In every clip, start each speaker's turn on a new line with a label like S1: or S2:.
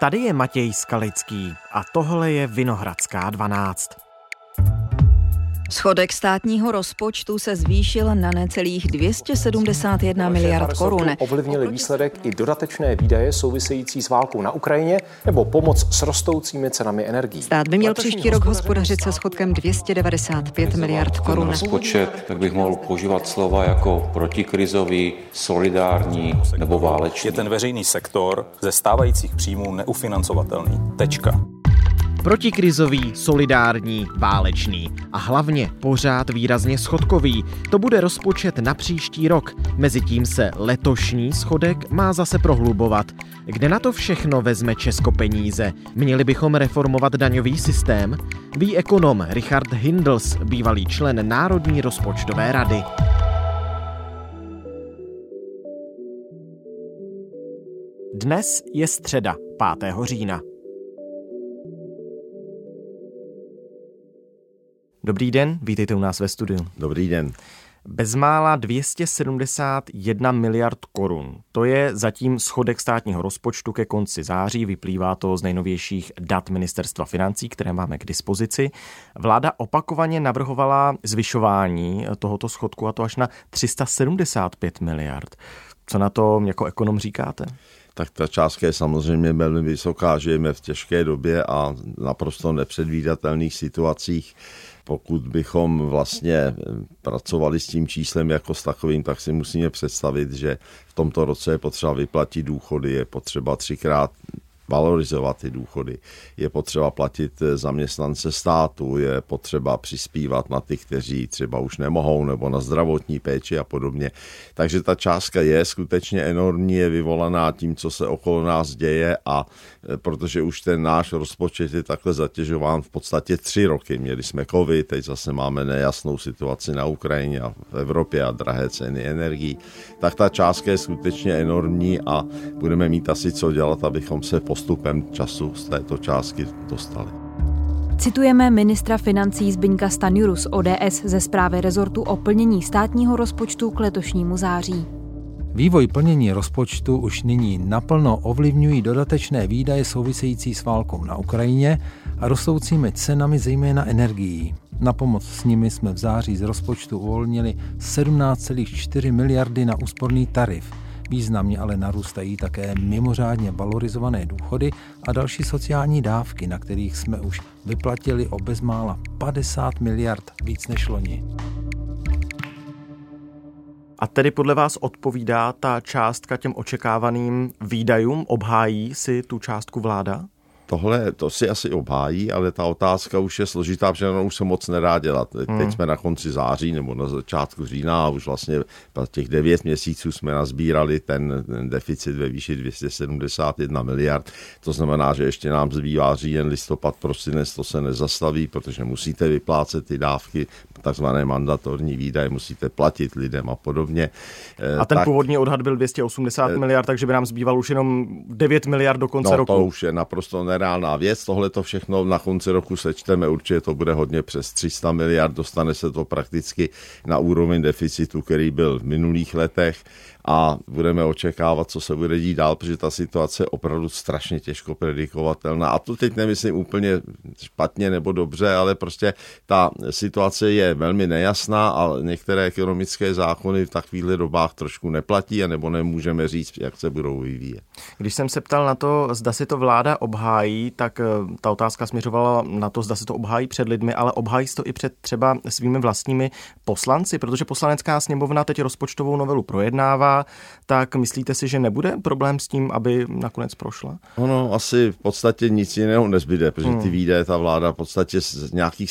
S1: Tady je Matěj Skalický a tohle je Vinohradská 12.
S2: Schodek státního rozpočtu se zvýšil na necelých 271 miliard korun.
S3: Ovlivnily výsledek i dodatečné výdaje související s válkou na Ukrajině nebo pomoc s rostoucími cenami energií.
S2: Stát by měl příští rok hospodařit se schodkem 295 miliard korun.
S4: Rozpočet, tak bych mohl používat slova jako protikrizový, solidární nebo válečný.
S5: Je ten veřejný sektor ze stávajících příjmů neufinancovatelný. Tečka.
S1: Protikrizový, solidární, válečný a hlavně pořád výrazně schodkový. To bude rozpočet na příští rok. Mezitím se letošní schodek má zase prohlubovat. Kde na to všechno vezme Česko peníze? Měli bychom reformovat daňový systém? Ví ekonom Richard Hindels, bývalý člen Národní rozpočtové rady. Dnes je středa, 5. října. Dobrý den, vítejte u nás ve studiu.
S6: Dobrý den.
S1: Bezmála 271 miliard korun. To je zatím schodek státního rozpočtu ke konci září, vyplývá to z nejnovějších dat Ministerstva financí, které máme k dispozici. Vláda opakovaně navrhovala zvyšování tohoto schodku, a to až na 375 miliard. Co na to jako ekonom říkáte?
S6: Tak ta částka je samozřejmě velmi vysoká, žijeme v těžké době a naprosto nepředvídatelných situacích. Pokud bychom vlastně pracovali s tím číslem jako s takovým, tak si musíme představit, že v tomto roce je potřeba vyplatit důchody, je potřeba 3krát valorizovat ty důchody, je potřeba platit zaměstnance státu, je potřeba přispívat na ty, kteří třeba už nemohou, nebo na zdravotní péči a podobně. Takže ta částka je skutečně enormní, je vyvolaná tím, co se okolo nás děje, a protože už ten náš rozpočet je takhle zatěžován v podstatě 3 roky. Měli jsme covid, teď zase máme nejasnou situaci na Ukrajině a v Evropě a drahé ceny energií, tak ta částka je skutečně enormní a budeme mít asi co dělat, abychom se postupem času z této částky dostali.
S2: Citujeme ministra financí Zbyňka Stanjuru z ODS ze zprávy rezortu o plnění státního rozpočtu k letošnímu září.
S7: Vývoj plnění rozpočtu už nyní naplno ovlivňují dodatečné výdaje související s válkou na Ukrajině a rostoucími cenami zejména energií. Na pomoc s nimi jsme v září z rozpočtu uvolnili 17,4 miliardy na úsporný tarif. Významně ale narůstají také mimořádně valorizované důchody a další sociální dávky, na kterých jsme už vyplatili o bezmála 50 miliard víc než loni.
S1: A tedy podle vás odpovídá ta částka těm očekávaným výdajům? Obhájí si tu částku vláda?
S6: To si asi obhájí, ale ta otázka už je složitá, protože ono už se moc nedá dělat. Teď jsme na konci září nebo na začátku října a už vlastně těch 9 měsíců jsme nazbírali ten deficit ve výši 271 miliard. To znamená, že ještě nám zbývá říjen, listopad, prosinec, to se nezastaví, protože musíte vyplácet ty dávky, takzvané mandatorní výdaje, musíte platit lidem a podobně.
S1: A ten původní odhad byl 280 miliard, takže by nám zbývalo už jenom 9 miliard do konce roku.
S6: To už je naprosto nereálná věc. Tohle to všechno na konci roku sečteme, určitě to bude hodně přes 300 miliard, dostane se to prakticky na úroveň deficitu, který byl v minulých letech, a budeme očekávat, co se bude dít dál, protože ta situace je opravdu strašně těžko predikovatelná. A to teď nemyslím úplně špatně nebo dobře, ale prostě ta situace je velmi nejasná a některé ekonomické zákony v takových dobách trošku neplatí, anebo nemůžeme říct, jak se budou vyvíjet.
S1: Když jsem se ptal na to, zda si to vláda obhájí, tak ta otázka směřovala na to, zda si to obhájí před lidmi, ale obhájí si to i před třeba svými vlastními poslanci, protože Poslanecká sněmovna teď rozpočtovou novelu projednává. Tak myslíte si, že nebude problém s tím, aby nakonec prošla?
S6: Ono asi v podstatě nic jiného nezbyde, protože ty výdaje ta vláda v podstatě z nějakých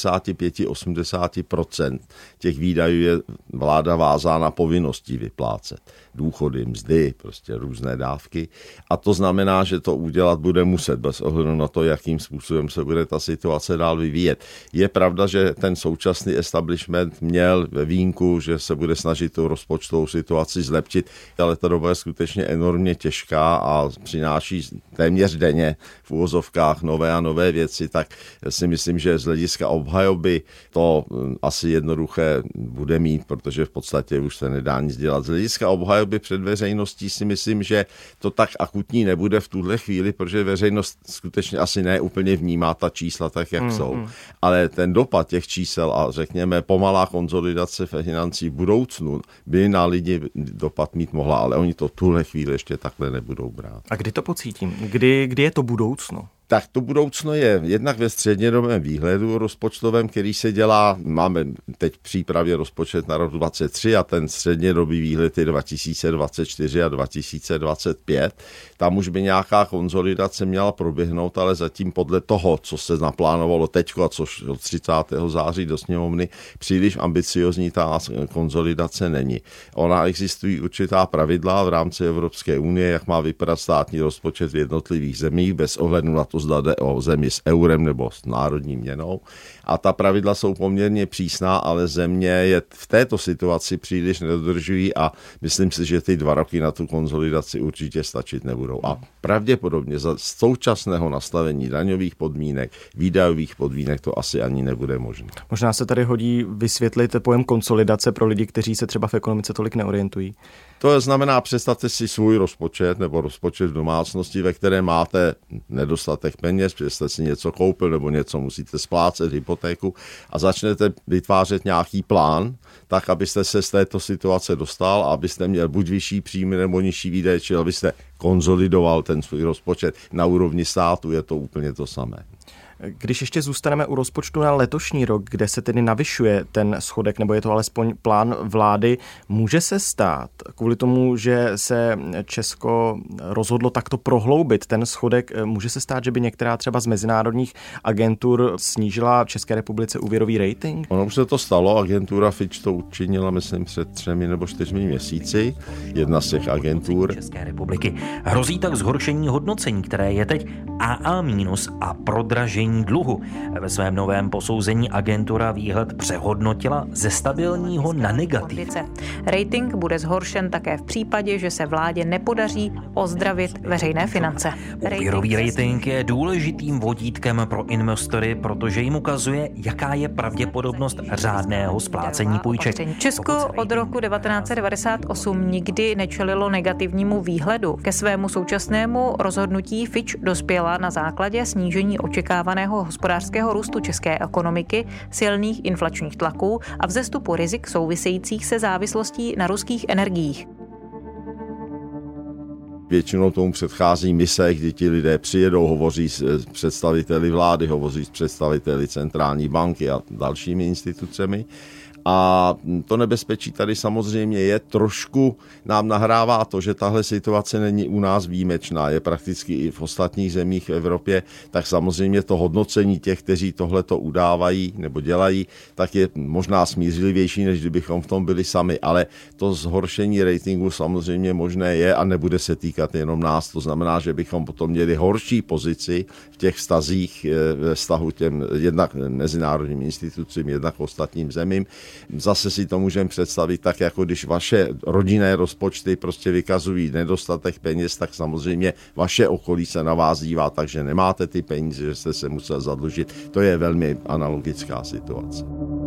S6: 75-80% těch výdajů je vláda vázána povinností vyplácet. Důchody, mzdy, prostě různé dávky. A to znamená, že to udělat bude muset, bez ohledu na to, jakým způsobem se bude ta situace dál vyvíjet. Je pravda, že ten současný establishment měl ve vínku, že se bude snažit tu rozpočtovou situaci zlepšit, zlepšit, ale ta doba je skutečně enormně těžká a přináší téměř denně v uvozovkách nové a nové věci, tak si myslím, že z hlediska obhajoby to asi jednoduché bude mít, protože v podstatě už se nedá nic dělat. Z hlediska obhajoby před veřejností si myslím, že to tak akutní nebude v tuhle chvíli, protože veřejnost skutečně asi ne úplně vnímá ta čísla tak, jak jsou. Ale ten dopad těch čísel a řekněme pomalá konsolidace financí v budoucnu by na lidi dopad mít mohla, ale oni to v tuhle chvíli ještě takhle nebudou brát.
S1: A kdy to pocítím? Kdy je to budoucno?
S6: Tak to budoucno je jednak ve střednědobém výhledu rozpočtovém, který se dělá, máme teď v přípravě rozpočet na rok 2023 a ten střednědobý výhled je 2024 a 2025. Tam už by nějaká konsolidace měla proběhnout, ale zatím podle toho, co se naplánovalo teďko a což od 30. září do sněmovny, příliš ambiciozní ta konsolidace není. Ona existují určitá pravidla v rámci Evropské unie, jak má vypadat státní rozpočet v jednotlivých zemích, bez ohledu na to, zda jde o zemi s eurem nebo s národní měnou. A ta pravidla jsou poměrně přísná, ale země je v této situaci příliš nedodržují a myslím si, že ty 2 roky na tu konsolidaci určitě stačit nebudou. A pravděpodobně za současného nastavení daňových podmínek, výdajových podmínek to asi ani nebude možné.
S1: Možná se tady hodí vysvětlit pojem konsolidace pro lidi, kteří se třeba v ekonomice tolik neorientují.
S6: To znamená, představte si svůj rozpočet nebo rozpočet v domácnosti, ve které máte nedostatek peněz, protože jste si něco koupil nebo něco musíte splácet, hypotéku a začnete vytvářet nějaký plán, tak abyste se z této situace dostal a abyste měl buď vyšší příjmy nebo nižší výdaje, čili abyste konzolidoval ten svůj rozpočet na úrovni státu, je to úplně to samé.
S1: Když ještě zůstaneme u rozpočtu na letošní rok, kde se tedy navyšuje ten schodek, nebo je to alespoň plán vlády, může se stát, kvůli tomu, že se Česko rozhodlo takto prohloubit ten schodek, může se stát, že by některá třeba z mezinárodních agentur snížila České republice úvěrový rating?
S6: Ono už se to stalo, agentura Fitch to učinila, myslím, před 3 nebo 4 měsíci, jedna z těch agentur.
S8: České republiky. Hrozí tak zhoršení hodnocení, které je teď AA- a prodražení dluhu. Ve svém novém posouzení agentura výhled přehodnotila ze stabilního na negativní.
S9: Rating bude zhoršen také v případě, že se vládě nepodaří ozdravit veřejné finance.
S8: Úvěrový rating je důležitým vodítkem pro investory, protože jim ukazuje, jaká je pravděpodobnost řádného splácení půjček.
S9: Česko od roku 1998 nikdy nečelilo negativnímu výhledu. Ke svému současnému rozhodnutí Fitch dospěla na základě snížení očekávaného hospodářského růstu české ekonomiky, silných inflačních tlaků a vzestupu rizik souvisejících se závislostí na ruských energiích.
S6: Většinou tomu předchází mise, kdy ti lidé přijedou, hovoří s představiteli vlády, hovoří s představiteli centrální banky a dalšími institucemi. A to nebezpečí tady samozřejmě je trošku, nám nahrává to, že tahle situace není u nás výjimečná, je prakticky i v ostatních zemích v Evropě, tak samozřejmě to hodnocení těch, kteří tohleto udávají nebo dělají, tak je možná smířlivější, než kdybychom v tom byli sami, ale to zhoršení ratingu samozřejmě možné je a nebude se týkat jenom nás, to znamená, že bychom potom měli horší pozici v těch vztazích ve vztahu těm jednak mezinárodním institucím, jednak ostatním zemím. Zase si to můžeme představit tak, jako když vaše rodinné rozpočty prostě vykazují nedostatek peněz, tak samozřejmě vaše okolí se na vás dívá, takže nemáte ty peníze, že jste se musel zadlužit. To je velmi analogická situace.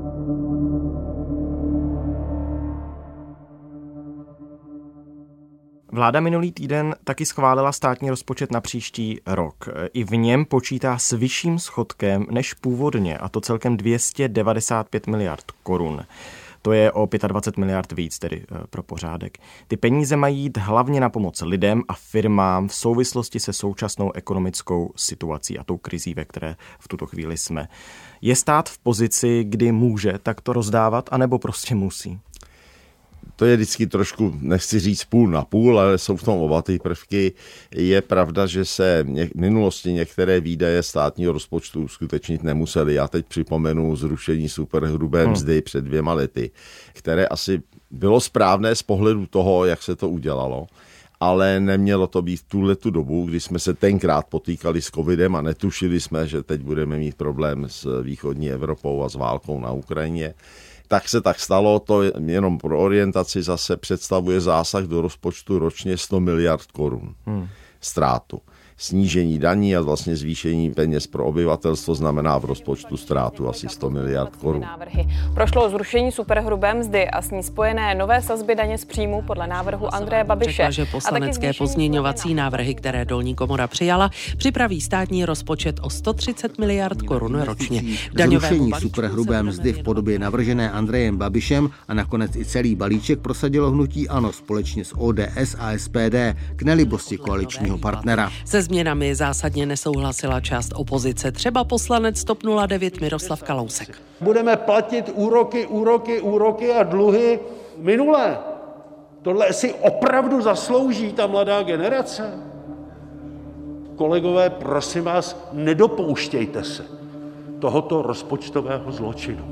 S1: Vláda minulý týden taky schválila státní rozpočet na příští rok. I v něm počítá s vyšším schodkem než původně, a to celkem 295 miliard korun. To je o 25 miliard víc, tedy pro pořádek. Ty peníze mají jít hlavně na pomoc lidem a firmám v souvislosti se současnou ekonomickou situací a tou krizí, ve které v tuto chvíli jsme. Je stát v pozici, kdy může takto rozdávat, anebo prostě musí?
S6: To je vždycky trošku, nechci říct půl na půl, ale jsou v tom oba ty prvky. Je pravda, že se v minulosti některé výdaje státního rozpočtu uskutečnit nemuseli. Já teď připomenu zrušení superhrubé mzdy před 2 lety, které asi bylo správné z pohledu toho, jak se to udělalo, ale nemělo to být v tuhletu dobu, kdy jsme se tenkrát potýkali s covidem a netušili jsme, že teď budeme mít problém s východní Evropou a s válkou na Ukrajině. Tak se tak stalo, to jenom pro orientaci zase představuje zásah do rozpočtu ročně 100 miliard korun ztrátu. Snížení daní a vlastně zvýšení peněz pro obyvatelstvo znamená v rozpočtu ztrátu asi 100 miliard korun.
S10: Prošlo zrušení superhrubé mzdy a s ní spojené nové sazby daně z příjmu podle návrhu Andreje Babiše.
S11: Řekla, že poslanecké pozměňovací návrhy, které dolní komora přijala, připraví státní rozpočet o 130 miliard korun ročně.
S12: Zrušení superhrubé mzdy v podobě navržené Andrejem Babišem a nakonec i celý balíček prosadilo hnutí ANO společně s ODS a SPD k nelibosti koaličního partnera.
S11: Se změnami zásadně nesouhlasila část opozice, třeba poslanec TOP 09 Miroslav Kalousek.
S13: Budeme platit úroky a dluhy minulé. Tohle si opravdu zaslouží ta mladá generace? Kolegové, prosím vás, nedopouštějte se tohoto rozpočtového zločinu.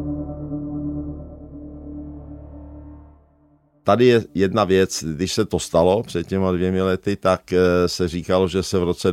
S6: Tady je jedna věc, když se to stalo před těma 2 lety, tak se říkalo, že se v roce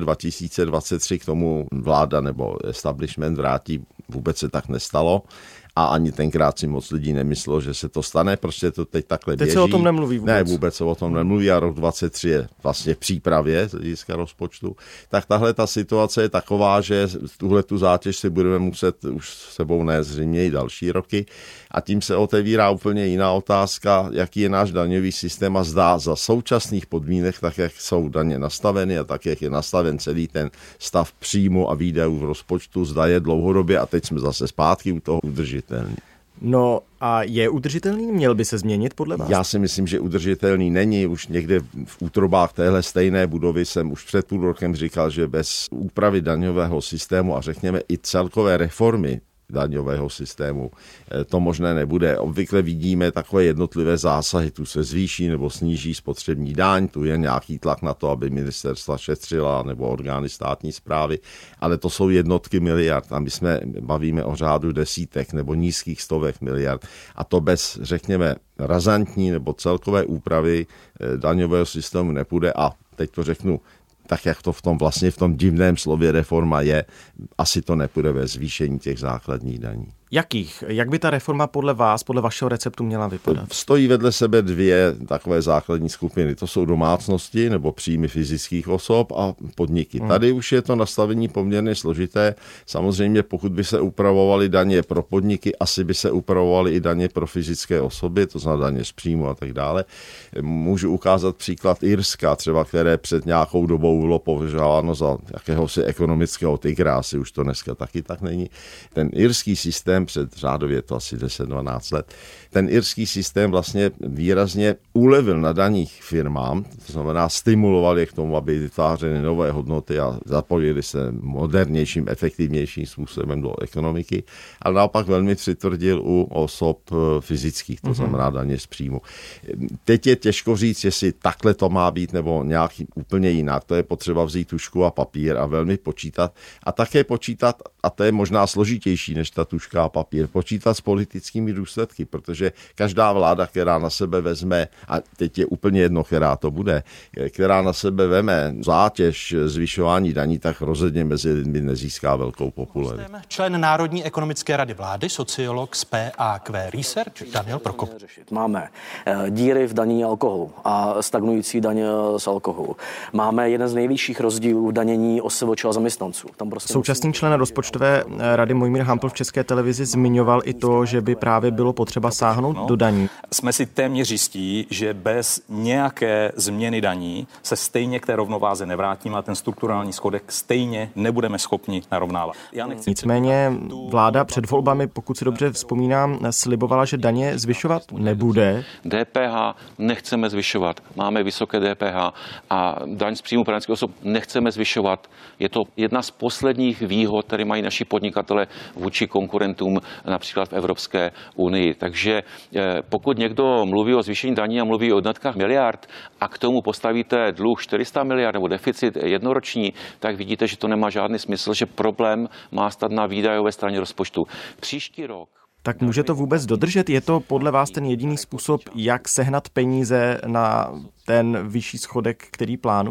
S6: 2023 k tomu vláda nebo establishment vrátí. Vůbec se tak nestalo a ani tenkrát si moc lidí nemyslelo, že se to stane, prostě to teď takhle běží.
S1: Teď se o tom nemluví vůbec.
S6: Ne, vůbec se o tom nemluví a rok 2023 je vlastně v přípravě z hlediska rozpočtu. Tak tahle ta situace je taková, že tuhle tu zátěž si budeme muset už sebou nést zřejmě i další roky a tím se otevírá úplně jiná otázka, jaký je náš daňový systém a zdá za současných podmínek, tak jak jsou daně nastaveny a tak jak je nastaven celý ten stav příjmu a výdajů v rozpočtu, zda je dlouhodobě a teď jsme zase zpátky u toho udržitelný.
S1: No a je udržitelný? Měl by se změnit podle vás?
S6: Já si myslím, že udržitelný není. Už někde v útrobách téhle stejné budovy jsem už před půl rokem říkal, že bez úpravy daňového systému a řekněme i celkové reformy daňového systému to možné nebude. Obvykle vidíme takové jednotlivé zásahy, tu se zvýší nebo sníží spotřební daň, tu je nějaký tlak na to, aby ministerstva šetřila nebo orgány státní správy, ale to jsou jednotky miliard a my jsme bavíme o řádu desítek nebo nízkých stovek miliard a to bez, řekněme, razantní nebo celkové úpravy daňového systému nepůjde a teď to řeknu tak jak to v tom divném slově reforma je, asi to nepůjde ve zvýšení těch základních daní.
S1: Jakých? Jak by ta reforma podle vás, podle vašeho receptu měla vypadat?
S6: Stojí vedle sebe 2 takové základní skupiny. To jsou domácnosti nebo příjmy fyzických osob a podniky. Tady už je to nastavení poměrně složité. Samozřejmě pokud by se upravovaly daně pro podniky, asi by se upravovaly i daně pro fyzické osoby, to znamená daně z příjmu a tak dále. Můžu ukázat příklad Irska, třeba které před nějakou dobou bylo považováno za jakéhosi ekonomického tygra, asi už to dneska taky tak není. Ten irský systém před řádově to asi 10-12 let. Ten irský systém vlastně výrazně ulevil na daních firmám, to znamená stimuloval je k tomu, aby vytvářely nové hodnoty a zapojili se modernějším, efektivnějším způsobem do ekonomiky, ale naopak velmi přitvrdil u osob fyzických, to znamená daně z příjmu. Teď je těžko říct, jestli takhle to má být nebo nějak úplně jinak. To je potřeba vzít tužku a papír a velmi počítat a také počítat, a to je možná složitější než ta tužka a papír, počítat s politickými důsledky, protože každá vláda, která na sebe vezme, a teď je úplně jedno, která to bude, která na sebe veme zátěž zvyšování daní, tak rozhodně mezi lidmi nezíská velkou popularitu.
S14: Člen Národní ekonomické rady vlády, sociolog z PAQ Research Daniel Prokop.
S15: Máme díry v daní alkoholu a stagnující daně z alkoholu. Máme jeden z nejvyšších rozdílů v danění OSVČ a zaměstnanců.
S1: Současný člen rozpočtové rady Mojmír Hampl v České televizi zmiňoval i to, že by právě bylo potřeba sáhnout do daní.
S5: Jsme si téměř jistí, že bez nějaké změny daní se stejně k té rovnováze nevrátíme a ten strukturální schodek stejně nebudeme schopni narovnávat.
S1: Nicméně vláda před volbami, pokud si dobře vzpomínám, slibovala, že daně zvyšovat nebude.
S4: DPH nechceme zvyšovat. Máme vysoké DPH a daň z příjmu právnických osob nechceme zvyšovat. Je to jedna z posledních výhod, které mají naši podnikatele vůči konkurentům například v Evropské unii. Takže pokud někdo mluví o zvýšení daní a mluví o jednotkách miliard a k tomu postavíte dluh 400 miliard nebo deficit jednoroční, tak vidíte, že to nemá žádný smysl, že problém má stát na výdajové straně rozpočtu. Příští rok.
S1: Tak může to vůbec dodržet? Je to podle vás ten jediný způsob, jak sehnat peníze na ten vyšší schodek, který plánujeme?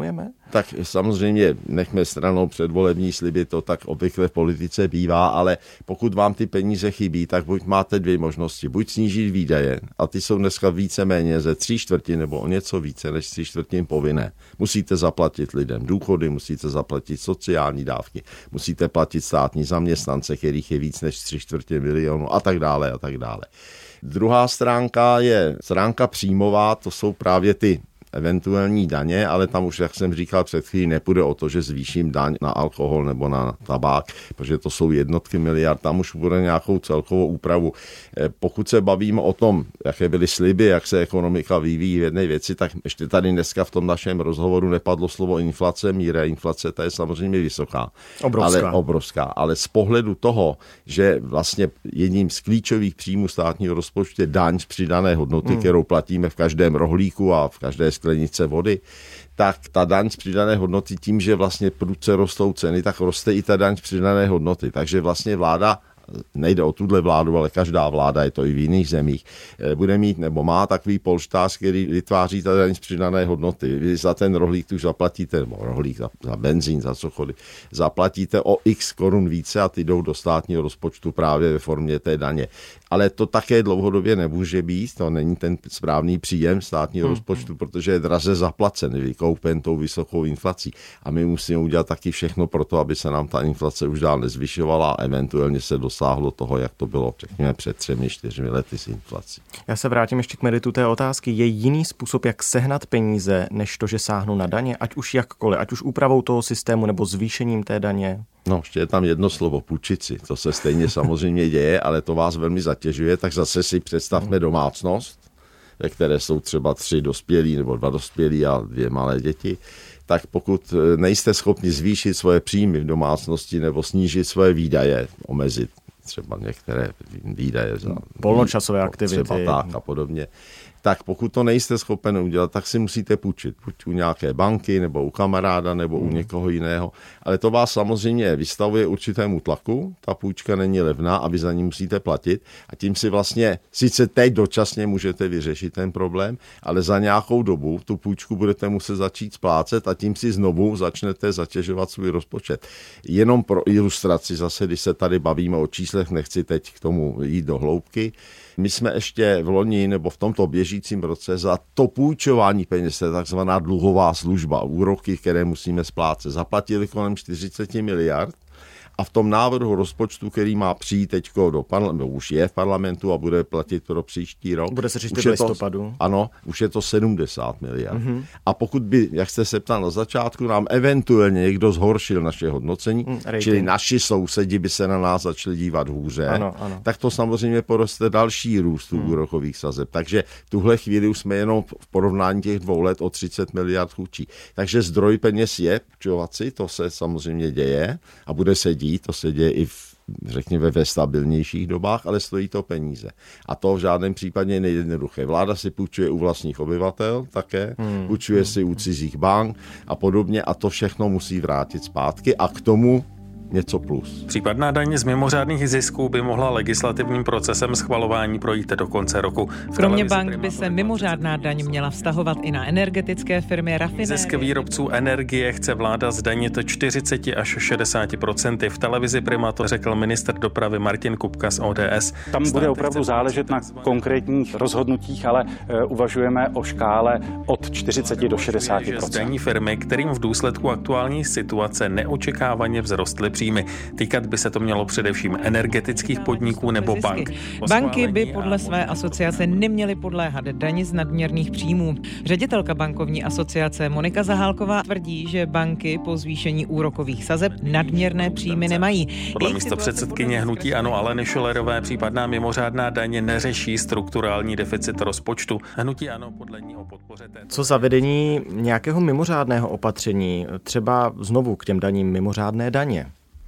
S6: Tak samozřejmě nechme stranou předvolební sliby, to tak obvykle v politice bývá, ale pokud vám ty peníze chybí, tak buď máte dvě možnosti. Buď snížit výdaje, a ty jsou dneska víceméně ze 3/4 nebo o něco více než 3/4 povinné. Musíte zaplatit lidem důchody, musíte zaplatit sociální dávky, musíte platit státní zaměstnance, kterých je víc než 3/4 milionu a tak dále a tak dále. Druhá stránka je stránka příjmová, to jsou právě ty eventuální daně, ale tam už, jak jsem říkal před chvílí, nepůjde o to, že zvýším daň na alkohol nebo na tabák, protože to jsou jednotky miliard, tam už bude nějakou celkovou úpravu. Pokud se bavíme o tom, jaké byly sliby, jak se ekonomika vyvíjí v jedné věci, tak ještě tady dneska v tom našem rozhovoru nepadlo slovo inflace, míra inflace, ta je samozřejmě vysoká. Obrovská. Ale z pohledu toho, že vlastně jedním z klíčových příjmů státního rozpočtu je daň z přidané hodnoty, kterou platíme v každém rohlíku a v každé sklenice vody, tak ta daň z přidané hodnoty tím, že vlastně prudce rostou ceny, tak roste i ta daň z přidané hodnoty. Takže vlastně vláda, nejde o tuhle vládu, ale každá vláda, je to i v jiných zemích, bude mít nebo má takový polštář, který vytváří ta daň z přidané hodnoty. Vy za ten rohlík tu zaplatíte, nebo rohlík za benzín, za cokoliv, zaplatíte o x korun více a ty jdou do státního rozpočtu právě ve formě té daně. Ale to také dlouhodobě nemůže být, to není ten správný příjem státního rozpočtu, protože je draze zaplacen, vykoupen tou vysokou inflací. A my musíme udělat taky všechno pro to, aby se nám ta inflace už dál nezvyšovala a eventuálně se dosáhlo toho, jak to bylo, řekněme, před 3-4 lety s inflací.
S1: Já se vrátím ještě k meritu té otázky. Je jiný způsob, jak sehnat peníze, než to, že sáhnu na daně, ať už jakkoliv, ať už úpravou toho systému nebo zvýšením té daně?
S6: No, ještě je tam jedno slovo, půjčit si. To se stejně samozřejmě děje, ale to vás velmi zatěžuje, tak zase si představme domácnost, ve které jsou třeba 3 dospělí nebo 2 dospělí a 2 malé děti, tak pokud nejste schopni zvýšit svoje příjmy v domácnosti nebo snížit svoje výdaje, omezit třeba některé výdaje za
S1: volnočasové aktivity
S6: třeba tak a podobně, tak pokud to nejste schopen udělat, tak si musíte půjčit. Buď u nějaké banky, nebo u kamaráda, nebo u někoho jiného. Ale to vás samozřejmě vystavuje určitému tlaku, ta půjčka není levná a vy za ní musíte platit a tím si vlastně, sice teď dočasně můžete vyřešit ten problém, ale za nějakou dobu tu půjčku budete muset začít splácet a tím si znovu začnete zatěžovat svůj rozpočet. Jenom pro ilustraci zase, když se tady bavíme o číslech, nechci teď k tomu jít do hloubky. My jsme ještě v loni nebo v tomto běžícím roce za to půjčování peněz, to je takzvaná dluhová služba, úroky, které musíme splácet, zaplatili kolem 40 miliard. A v tom návrhu rozpočtu, který má přijít teďko do parlamentu, už je v parlamentu a bude platit pro příští rok.
S1: Bude se řešit v listopadu.
S6: Ano, už je to 70 miliard. Mm-hmm. A pokud by, jak jste se ptal na začátku, nám eventuálně někdo zhoršil naše hodnocení, čili naši sousedi by se na nás začali dívat hůře, ano. Tak to samozřejmě poroste další růst úrokových sazeb. Takže v tuhle chvíli už jsme jenom v porovnání těch 2 let o 30 miliard chudší. Takže zdroj peněz je půjčovací, to se samozřejmě děje a bude se dít. To se děje i řekněme ve stabilnějších dobách, ale stojí to peníze. A to v žádném případě není jednoduché. Vláda si půjčuje u vlastních obyvatel také, půjčuje si u cizích bank a podobně a to všechno musí vrátit zpátky a k tomu něco plus.
S16: Případná daň z mimořádných zisků by mohla legislativním procesem schvalování projít do konce roku.
S17: Kromě bank by se mimořádná daň měla vztahovat i na energetické firmy, rafinérie.
S16: Zisk výrobců energie chce vláda zdanit 40 až 60%. V televizi Prima to řekl ministr dopravy Martin Kupka z ODS.
S18: Tam bude opravdu záležet na konkrétních rozhodnutích, ale uvažujeme o škále od 40 do 60%.
S16: Zdaní firmy, kterým v důsledku aktuální situace neočekávaně vzrostly příjmy. Týkat by se to mělo především energetických podniků nebo bank.
S17: Banky by podle své asociace neměly podléhat dani z nadměrných příjmů. Ředitelka bankovní asociace Monika Zahálková tvrdí, že banky po zvýšení úrokových sazeb nadměrné příjmy nemají.
S16: Podle místopředsedkyně hnutí ANO Aleny Schillerové případná mimořádná daň neřeší strukturální deficit rozpočtu. Hnutí ANO podle ní o podpoře této...
S1: Co zavedení nějakého mimořádného opatření, třeba znovu k těm daním mimořádné daně?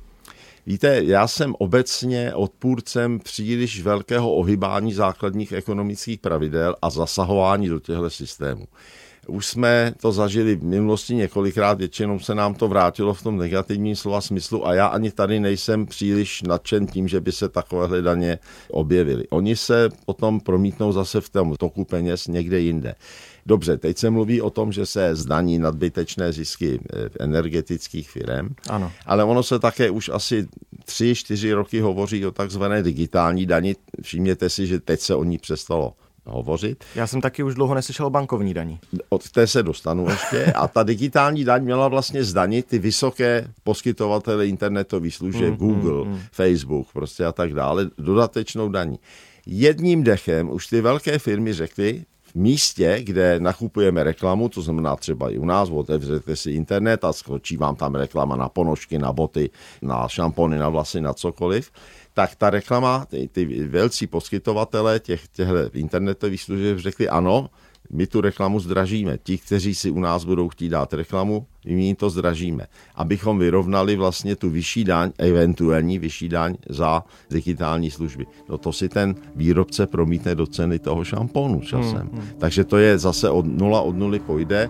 S6: Víte, já jsem obecně odpůrcem příliš velkého ohýbání základních ekonomických pravidel a zasahování do těchto systémů. Už jsme to zažili v minulosti několikrát, většinou se nám to vrátilo v tom negativním slova smyslu a já ani tady nejsem příliš nadšen tím, že by se takovéhle daně objevily. Oni se potom promítnou zase v tom toku peněz někde jinde. Dobře, teď se mluví o tom, že se zdaní nadbytečné zisky energetických firem, ano. Ale ono se také už asi 3-4 roky hovoří o takzvané digitální dani. Všimněte si, že teď se o ní přestalo hovořit.
S1: Já jsem taky už dlouho neslyšel o bankovní dani.
S6: Od té se dostanu ještě. A ta digitální daň měla vlastně zdanit ty vysoké poskytovatele internetových služeb, Google, Facebook prostě a tak dále, dodatečnou daní. Jedním dechem už ty velké firmy řekly, v místě, kde nakupujeme reklamu, to znamená třeba i u nás, otevřete si internet a skočí vám tam reklama na ponožky, na boty, na šampony, na vlasy, na cokoliv, tak ta reklama, ty velcí poskytovatelé těchto internetových služeb řekli ano, my tu reklamu zdražíme. Ti, kteří si u nás budou chtít dát reklamu, my jim to zdražíme. Abychom vyrovnali vlastně tu vyšší daň, eventuální vyšší daň za digitální služby. No to si ten výrobce promítne do ceny toho šampónu časem. Takže to je zase od nuly pojde.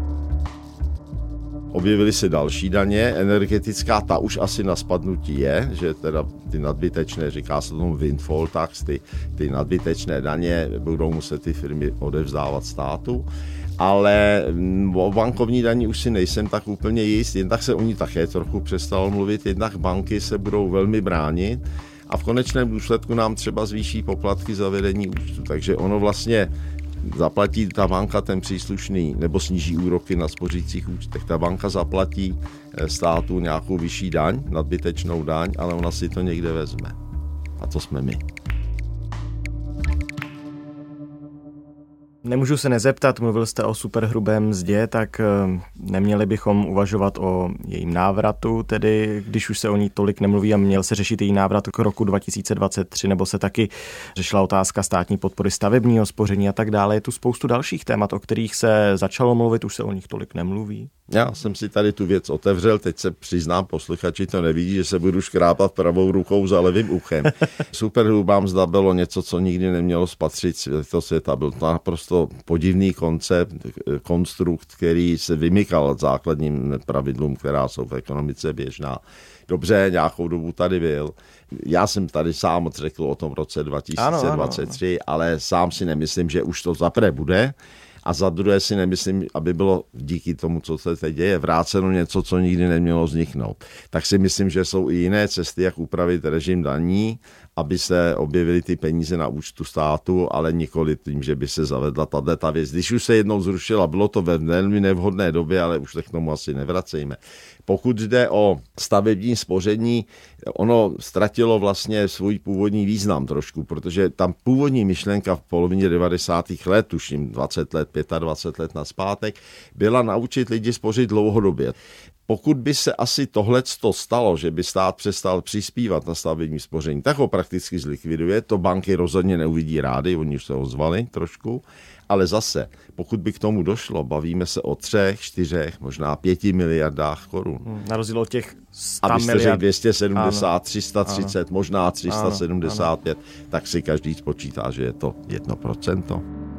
S6: Objevily se další daně, energetická, ta už asi na spadnutí je, že teda ty nadbytečné, říká se tomu windfall tax, ty nadbytečné daně budou muset ty firmy odevzdávat státu, ale o bankovní daní už si nejsem tak úplně jist, jednak se o ní také trochu přestalo mluvit, jednak banky se budou velmi bránit a v konečném důsledku nám třeba zvýší poplatky za vedení účtu, takže ono vlastně zaplatí ta banka ten příslušný, nebo sníží úroky na spořících účtech. Ta banka zaplatí státu nějakou vyšší daň, nadbytečnou daň, ale ona si to někde vezme. A to jsme my.
S1: Nemůžu se nezeptat, mluvil jste o superhrubém mzdě, tak neměli bychom uvažovat o jejím návratu, tedy když už se o ní tolik nemluví a měl se řešit její návrat k roku 2023, nebo se taky řešila otázka státní podpory stavebního spoření a tak dále. Je tu spoustu dalších témat, o kterých se začalo mluvit, už se o nich tolik nemluví.
S6: Já jsem si tady tu věc otevřel, teď se přiznám, posluchači to nevidí, že se budu škrápat pravou rukou za levým uchem. Superhrubá mzda bylo něco, co nikdy nemělo spatřit do světa. Byl to naprosto podivný konstrukt, který se vymykal základním pravidlům, která jsou v ekonomice běžná. Dobře, nějakou dobu tady byl. Já jsem tady sám řekl o tom roce 2023, ano. Ale sám si nemyslím, že už to zaprvé bude. A za druhé si nemyslím, aby bylo díky tomu, co se teď děje, vráceno něco, co nikdy nemělo vzniknout. Tak si myslím, že jsou i jiné cesty, jak upravit režim daní, aby se objevily ty peníze na účtu státu, ale nikoli tím, že by se zavedla tato věc. Když už se jednou zrušila, bylo to ve velmi nevhodné době, ale už se k tomu asi nevracejme. Pokud jde o stavební spoření, ono ztratilo vlastně svůj původní význam trošku, protože tam původní myšlenka v polovině 90. let, tuším 20 let, 25 let nazpátek, byla naučit lidi spořit dlouhodobě. Pokud by se asi tohleto stalo, že by stát přestal přispívat na stavební spoření, tak ho prakticky zlikviduje. To banky rozhodně neuvidí rády, oni už se ozvali trošku. Ale zase, pokud by k tomu došlo, bavíme se o 3, 4, možná 5 miliardách korun.
S1: Na rozdíl od těch 100
S6: miliard.
S1: Abyste řekl
S6: 270, ano. 330, ano. Možná 375, ano. Tak si každý spočítá, že je to 1%.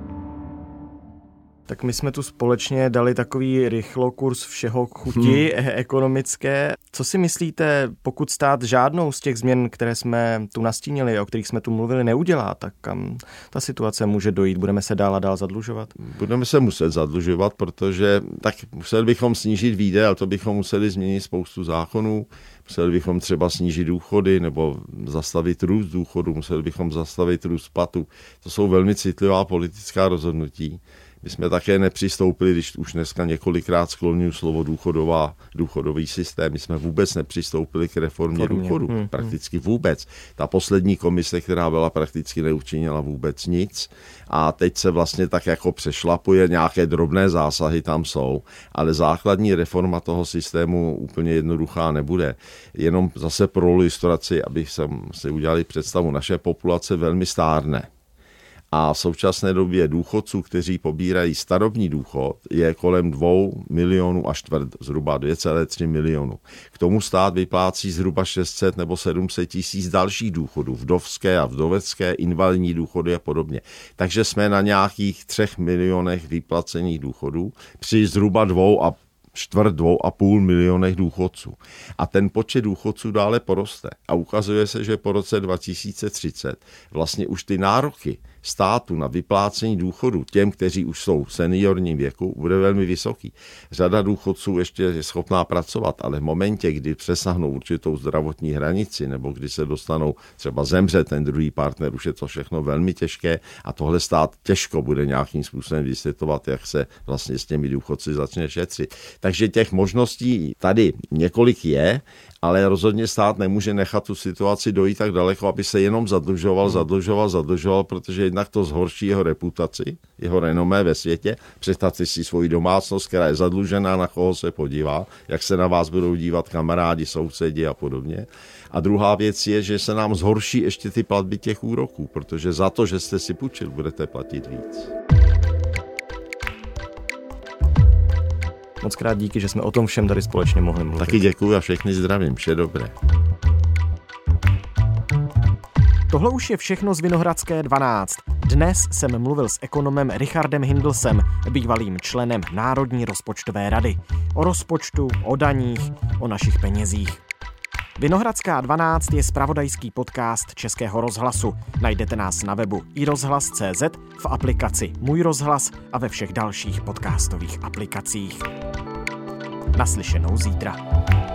S1: Tak my jsme tu společně dali takový rychlokurs všeho chuti ekonomické. Co si myslíte, pokud stát žádnou z těch změn, které jsme tu nastínili, o kterých jsme tu mluvili, neudělá, tak kam ta situace může dojít? Budeme se dál a dál zadlužovat?
S6: Budeme se muset zadlužovat, protože tak museli bychom snížit výdaje, ale to bychom museli změnit spoustu zákonů. Museli bychom třeba snížit důchody nebo zastavit růst důchodu, museli bychom zastavit růst platu. To jsou velmi citlivá politická rozhodnutí. My jsme také nepřistoupili, když už dneska několikrát skloňuji slovo důchodový systém, my jsme vůbec nepřistoupili k reformě důchodu. Prakticky vůbec. Ta poslední komise, která byla, prakticky neučinila vůbec nic a teď se vlastně tak jako přešlapuje, nějaké drobné zásahy tam jsou, ale základní reforma toho systému úplně jednoduchá nebude. Jenom zase pro ilustraci, abych si udělali představu, naše populace velmi stárne. a v současné době důchodců, kteří pobírají starobní důchod, je kolem 2 milionů a čtvrt, zhruba 2,3 milionu. K tomu stát vyplácí zhruba 600 nebo 700 tisíc dalších důchodů, vdovské a vdovecké, invalidní důchody a podobně. Takže jsme na nějakých 3 milionech vyplacených důchodů při zhruba 2,5 milionech důchodců. A ten počet důchodců dále poroste. A ukazuje se, že po roce 2030 vlastně už ty nároky státu na vyplácení důchodu těm, kteří už jsou v seniorním věku, bude velmi vysoký. Řada důchodců ještě je schopná pracovat, ale v momentě, kdy přesáhnou určitou zdravotní hranici nebo kdy se dostanou, třeba zemře ten druhý partner, už je to všechno velmi těžké a tohle stát těžko bude nějakým způsobem vysvětlovat, jak se vlastně s těmi důchodci začne šetřit. Takže těch možností tady několik je, ale rozhodně stát nemůže nechat tu situaci dojít tak daleko, aby se jenom zadlužoval, protože jednak to zhorší jeho reputaci, jeho renomé ve světě. Představte si svoji domácnost, která je zadlužená, na koho se podívá, jak se na vás budou dívat kamarádi, sousedi a podobně. A druhá věc je, že se nám zhorší ještě ty platby těch úroků, protože za to, že jste si půjčil, budete platit víc.
S1: Moc krát díky, že jsme o tom všem tady společně mohli mluvit.
S6: Taky děkuji a všechny zdravím, vše dobré.
S1: Tohle už je všechno z Vinohradské 12. Dnes jsem mluvil s ekonomem Richardem Hindlsem, bývalým členem Národní rozpočtové rady. O rozpočtu, o daních, o našich penězích. Vinohradská 12 je zpravodajský podcast Českého rozhlasu. Najdete nás na webu iRozhlas.cz, v aplikaci Můj rozhlas a ve všech dalších podcastových aplikacích. Naslyšenou zítra.